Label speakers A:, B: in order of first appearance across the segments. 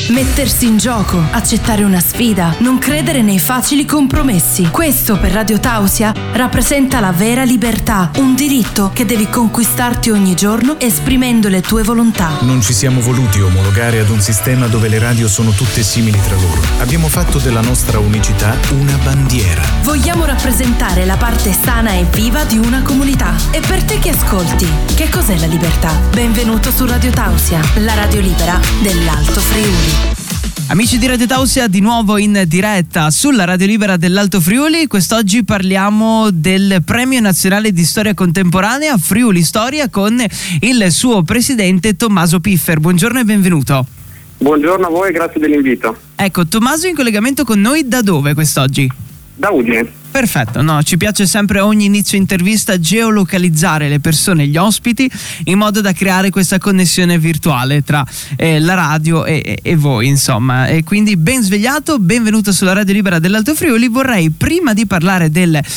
A: Mettersi in gioco, accettare una sfida, non credere nei facili compromessi. Questo per Radio Tausia rappresenta la vera libertà, un diritto che devi conquistarti ogni giorno esprimendo le tue volontà.
B: Non ci siamo voluti omologare ad un sistema dove le radio sono tutte simili tra loro. Abbiamo fatto della nostra unicità una bandiera.
A: Vogliamo rappresentare la parte sana e viva di una comunità. E per te che ascolti, che cos'è la libertà? Benvenuto su Radio Tausia, la radio libera dell'Alto Friuli.
C: Amici di Radio Tausia, di nuovo in diretta sulla Radio Libera dell'Alto Friuli. Quest'oggi parliamo del Premio Nazionale di Storia Contemporanea Friuli Storia con il suo presidente Tommaso Piffer. Buongiorno e benvenuto.
D: Buongiorno a voi, grazie dell'invito.
C: Ecco, Tommaso in collegamento con noi da dove quest'oggi?
D: Da Udine.
C: Perfetto, no, ci piace sempre a ogni inizio intervista geolocalizzare le persone e gli ospiti in modo da creare questa connessione virtuale tra la radio e voi, insomma. E quindi ben svegliato, benvenuto sulla Radio Libera dell'Alto Friuli. Vorrei, prima di parlare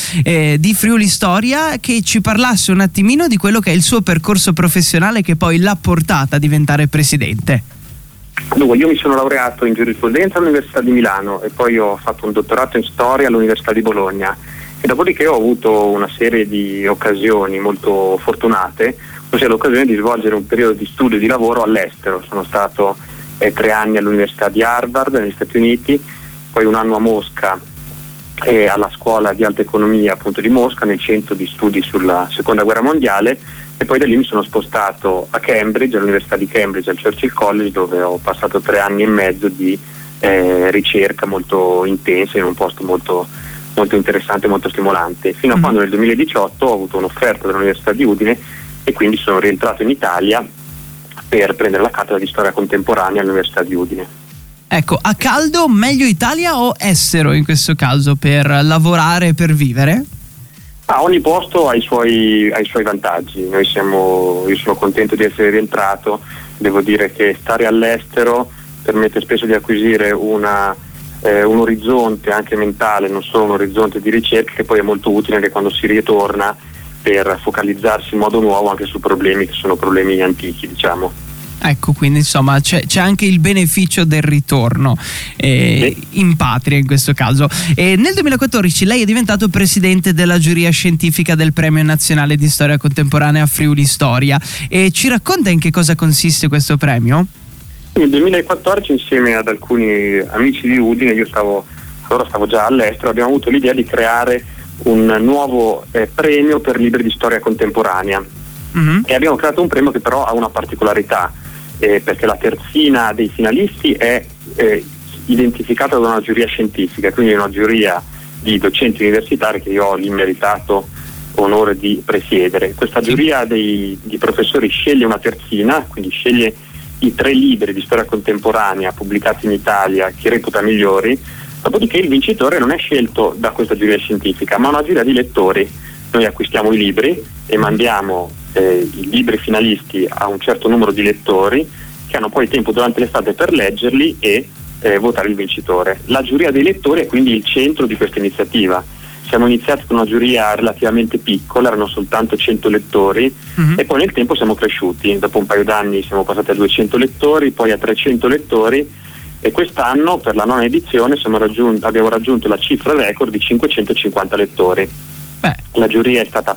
C: di Friuli Storia, che ci parlasse un attimino di quello che è il suo percorso professionale che poi l'ha portata a diventare presidente.
D: Dunque, io mi sono laureato in giurisprudenza all'Università di Milano e poi ho fatto un dottorato in storia all'Università di Bologna e dopodiché ho avuto una serie di occasioni molto fortunate, ossia l'occasione di svolgere un periodo di studio e di lavoro all'estero. Sono stato 3 anni all'Università di Harvard negli Stati Uniti, poi 1 anno a Mosca alla scuola di alta economia appunto di Mosca, nel centro di studi sulla seconda guerra mondiale, e poi da lì mi sono spostato a Cambridge, all'Università di Cambridge, al Churchill College, dove ho passato 3 anni e mezzo di ricerca molto intensa in un posto molto, molto interessante e molto stimolante, fino a quando nel 2018 ho avuto un'offerta dall'Università di Udine e quindi sono rientrato in Italia per prendere la cattedra di storia contemporanea all'Università di Udine.
C: Ecco, a caldo meglio Italia o estero in questo caso per lavorare e per vivere?
D: Ogni posto ha i suoi vantaggi. Io sono contento di essere rientrato. Devo dire che stare all'estero permette spesso di acquisire un orizzonte anche mentale, non solo un orizzonte di ricerca, che poi è molto utile anche quando si ritorna per focalizzarsi in modo nuovo anche su problemi che sono problemi antichi, diciamo.
C: Ecco, quindi insomma c'è anche il beneficio del ritorno in patria in questo caso. Nel 2014 lei è diventato presidente della giuria scientifica del Premio Nazionale di Storia Contemporanea Friuli Storia. Ci racconta in che cosa consiste questo premio?
D: Nel 2014 insieme ad alcuni amici di Udine, allora stavo già all'estero, abbiamo avuto l'idea di creare un nuovo premio per libri di storia contemporanea. E abbiamo creato un premio che però ha una particolarità, perché la terzina dei finalisti è identificata da una giuria scientifica, quindi una giuria di docenti universitari che io ho l'immeritato onore di presiedere. Questa giuria di professori sceglie una terzina, quindi sceglie i 3 libri di storia contemporanea pubblicati in Italia che reputa migliori, dopodiché il vincitore non è scelto da questa giuria scientifica, ma una giuria di lettori. Noi acquistiamo i libri e mandiamo i libri finalisti a un certo numero di lettori che hanno poi tempo durante l'estate per leggerli e votare il vincitore. La giuria dei lettori è quindi il centro di questa iniziativa. Siamo iniziati con una giuria relativamente piccola, erano soltanto 100 lettori e poi nel tempo siamo cresciuti. Dopo un paio d'anni siamo passati a 200 lettori, poi a 300 lettori e quest'anno per la 9ª edizione abbiamo raggiunto la cifra record di 550 lettori. La giuria è stata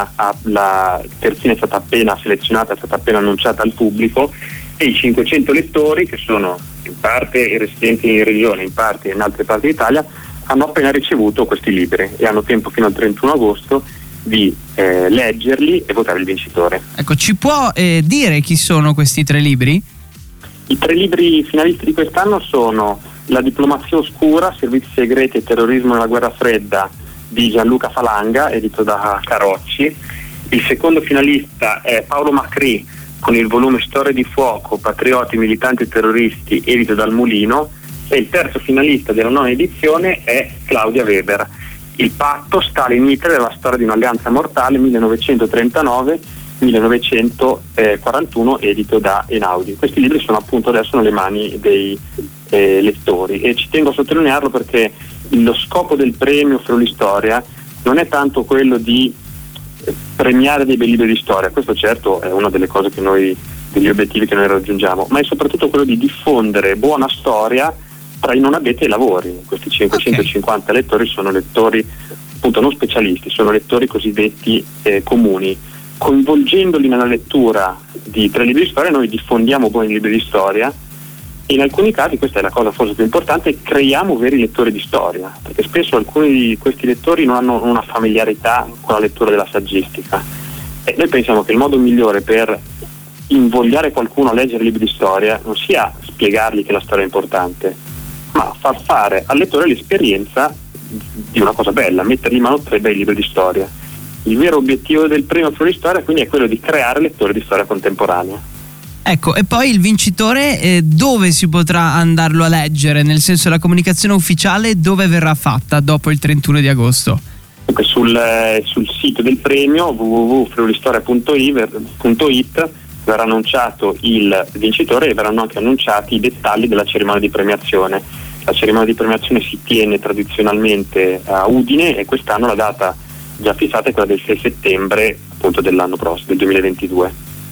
D: la terzina è stata appena selezionata, è stata appena annunciata al pubblico e i 500 lettori, che sono in parte residenti in regione, in parte in altre parti d'Italia, hanno appena ricevuto questi libri e hanno tempo fino al 31 agosto di leggerli e votare il vincitore.
C: Ecco, ci può dire chi sono questi 3 libri?
D: I 3 libri finalisti di quest'anno sono La diplomazia oscura, servizi segreti e terrorismo nella guerra fredda di Gianluca Falanga, edito da Carocci. Il secondo finalista è Paolo Macri con il volume Storie di fuoco, patrioti, militanti e terroristi, edito dal Mulino, e il terzo finalista della 9ª edizione è Claudia Weber, Il patto Stalin-Hitler, la storia di un'alleanza mortale 1939-1941, edito da Einaudi. Questi libri sono appunto adesso nelle mani dei lettori e ci tengo a sottolinearlo perché lo scopo del premio Friuli Storia non è tanto quello di premiare dei bei libri di storia, questo certo è una delle cose che noi degli obiettivi che noi raggiungiamo, ma è soprattutto quello di diffondere buona storia tra i non addetti ai lavori. Questi 550 lettori sono lettori appunto non specialisti, sono lettori cosiddetti comuni. Coinvolgendoli nella lettura di 3 libri di storia noi diffondiamo buoni libri di storia e in alcuni casi, questa è la cosa forse più importante, creiamo veri lettori di storia, perché spesso alcuni di questi lettori non hanno una familiarità con la lettura della saggistica e noi pensiamo che il modo migliore per invogliare qualcuno a leggere libri di storia non sia spiegargli che la storia è importante, ma far fare al lettore l'esperienza di una cosa bella, mettergli in mano 3 bei libri di storia. Il vero obiettivo del premio Fiori di Storia quindi è quello di creare lettori di storia contemporanea.
C: Ecco, e poi il vincitore dove si potrà andarlo a leggere? Nel senso, la comunicazione ufficiale dove verrà fatta dopo il 31 di agosto?
D: Sul sito del premio www.friulistoria.it verrà annunciato il vincitore e verranno anche annunciati i dettagli della cerimonia di premiazione. La cerimonia di premiazione si tiene tradizionalmente a Udine e quest'anno la data già fissata è quella del 6 settembre appunto dell'anno prossimo, del 2022.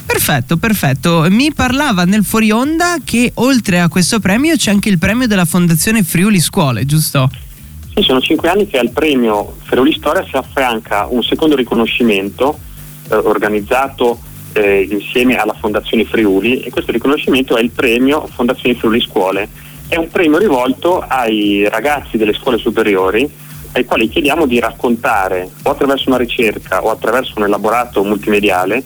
C: Perfetto. Mi parlava nel fuori onda che oltre a questo premio c'è anche il premio della Fondazione Friuli Scuole, giusto?
D: Sì, sono 5 anni che al premio Friuli Storia si affianca un secondo riconoscimento organizzato insieme alla Fondazione Friuli, e questo riconoscimento è il premio Fondazione Friuli Scuole. È un premio rivolto ai ragazzi delle scuole superiori ai quali chiediamo di raccontare o attraverso una ricerca o attraverso un elaborato multimediale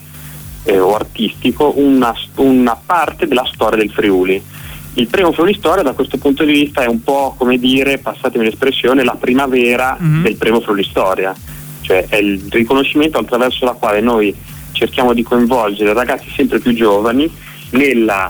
D: o artistico una parte della storia del Friuli. Il premio Friuli Storia da questo punto di vista è un po', come dire, passatemi l'espressione, la primavera del premio Friuli Storia, cioè è il riconoscimento attraverso la quale noi cerchiamo di coinvolgere ragazzi sempre più giovani nella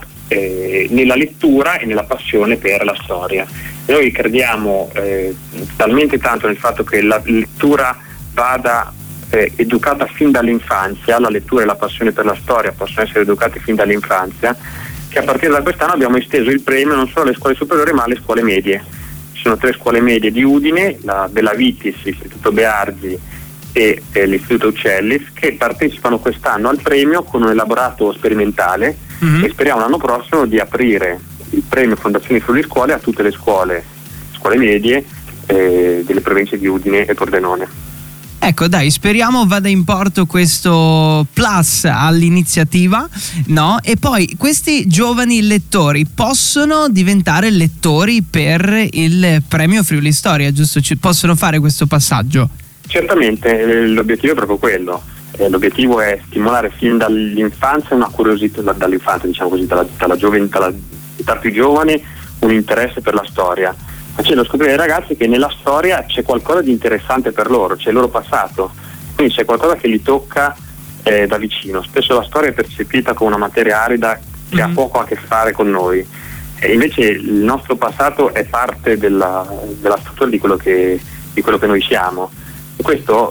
D: lettura e nella passione per la storia. Noi crediamo talmente tanto nel fatto che la lettura vada educata fin dall'infanzia, la lettura e la passione per la storia possono essere educate fin dall'infanzia, che a partire da quest'anno abbiamo esteso il premio non solo alle scuole superiori ma alle scuole medie. Ci sono 3 scuole medie di Udine, la Bellavitis, l'Istituto Bearzi e l'Istituto Uccellis, che partecipano quest'anno al premio con un elaborato sperimentale e speriamo l'anno prossimo di aprire il premio Fondazione Friuli Scuole a tutte le scuole medie delle province di Udine e Pordenone.
C: Ecco, dai, speriamo vada in porto questo plus all'iniziativa, no? E poi questi giovani lettori possono diventare lettori per il premio Friuli Storia, giusto? Possono fare questo passaggio? Certamente,
D: l'obiettivo è proprio quello. L'obiettivo è stimolare fin dall'infanzia una curiosità, dall'infanzia diciamo così, dall'età più giovane, un interesse per la storia, facendo scoprire ai ragazzi che nella storia c'è qualcosa di interessante per loro, c'è il loro passato, quindi c'è qualcosa che li tocca da vicino. Spesso la storia è percepita come una materia arida che ha poco a che fare con noi, e invece il nostro passato è parte della struttura di quello che noi siamo. E questo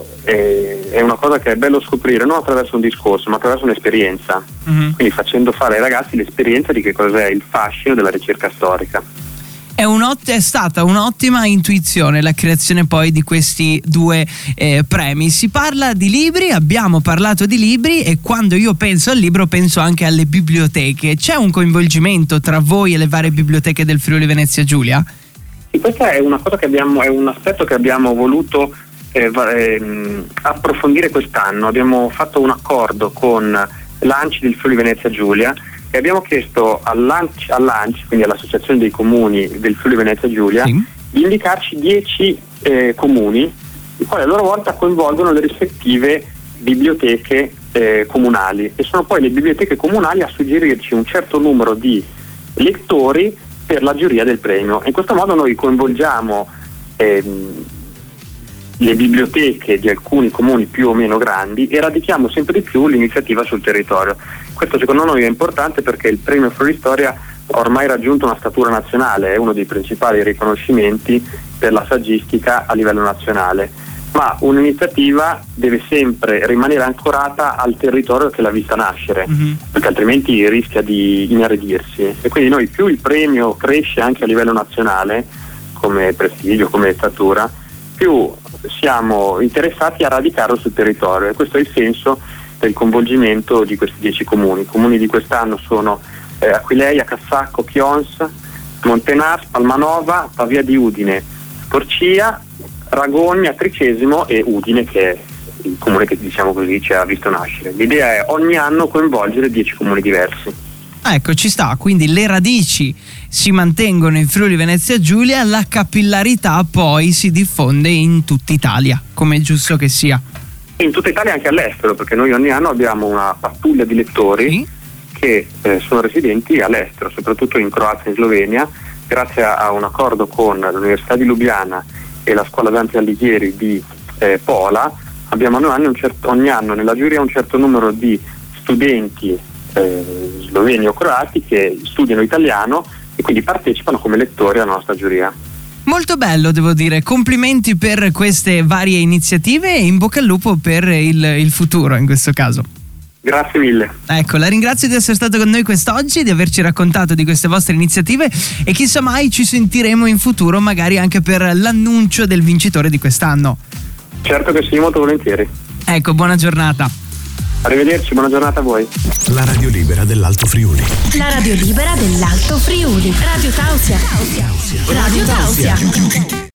D: è una cosa che è bello scoprire non attraverso un discorso ma attraverso un'esperienza, quindi facendo fare ai ragazzi l'esperienza di che cos'è il fascino della ricerca storica.
C: È stata un'ottima intuizione la creazione poi di questi 2 premi. Si parla di libri, abbiamo parlato di libri, e quando io penso al libro penso anche alle biblioteche. C'è un coinvolgimento tra voi e le varie biblioteche del Friuli Venezia Giulia?
D: Sì, questa è una cosa è un aspetto che abbiamo voluto approfondire quest'anno. Abbiamo fatto un accordo con l'ANCI del Friuli Venezia Giulia e abbiamo chiesto all'ANCI, quindi all'Associazione dei Comuni del Friuli Venezia Giulia, di indicarci 10 comuni, i quali a loro volta coinvolgono le rispettive biblioteche comunali, e sono poi le biblioteche comunali a suggerirci un certo numero di lettori per la giuria del premio. In questo modo noi coinvolgiamo le biblioteche di alcuni comuni più o meno grandi e radichiamo sempre di più l'iniziativa sul territorio. Questo secondo noi è importante perché il premio Friuli Storia ha ormai raggiunto una statura nazionale, è uno dei principali riconoscimenti per la saggistica a livello nazionale, ma un'iniziativa deve sempre rimanere ancorata al territorio che l'ha vista nascere, perché altrimenti rischia di inaridirsi, e quindi noi più il premio cresce anche a livello nazionale come prestigio, come statura, più siamo interessati a radicarlo sul territorio, e questo è il senso del coinvolgimento di questi 10 comuni. I comuni di quest'anno sono Aquileia, Cassacco, Chions, Montenas, Palmanova, Pavia di Udine, Porcia, Ragogna, Tricesimo e Udine, che è il comune che, diciamo così, ci ha visto nascere. L'idea è ogni anno coinvolgere 10 comuni diversi.
C: Ecco, ci sta, quindi le radici si mantengono in Friuli Venezia Giulia, la capillarità poi si diffonde in tutta Italia, come è giusto che sia.
D: In tutta Italia e anche all'estero, perché noi ogni anno abbiamo una pattuglia di lettori che sono residenti all'estero, soprattutto in Croazia e in Slovenia, grazie a un accordo con l'Università di Lubiana e la Scuola Dante Alighieri di Pola. Abbiamo ogni anno nella giuria un certo numero di studenti sloveni o croati che studiano italiano e quindi partecipano come lettori alla nostra giuria.
C: Molto bello, devo dire, complimenti per queste varie iniziative e in bocca al lupo per il futuro in questo caso.
D: Grazie mille.
C: Ecco, la ringrazio di essere stato con noi quest'oggi, di averci raccontato di queste vostre iniziative e chissà mai ci sentiremo in futuro magari anche per l'annuncio del vincitore di quest'anno.
D: Certo che sì, molto volentieri.
C: Ecco, buona giornata.
D: Arrivederci, buona giornata a voi.
B: La radio libera dell'Alto Friuli.
A: La radio libera dell'Alto Friuli. Radio Tausia. Radio Tausia.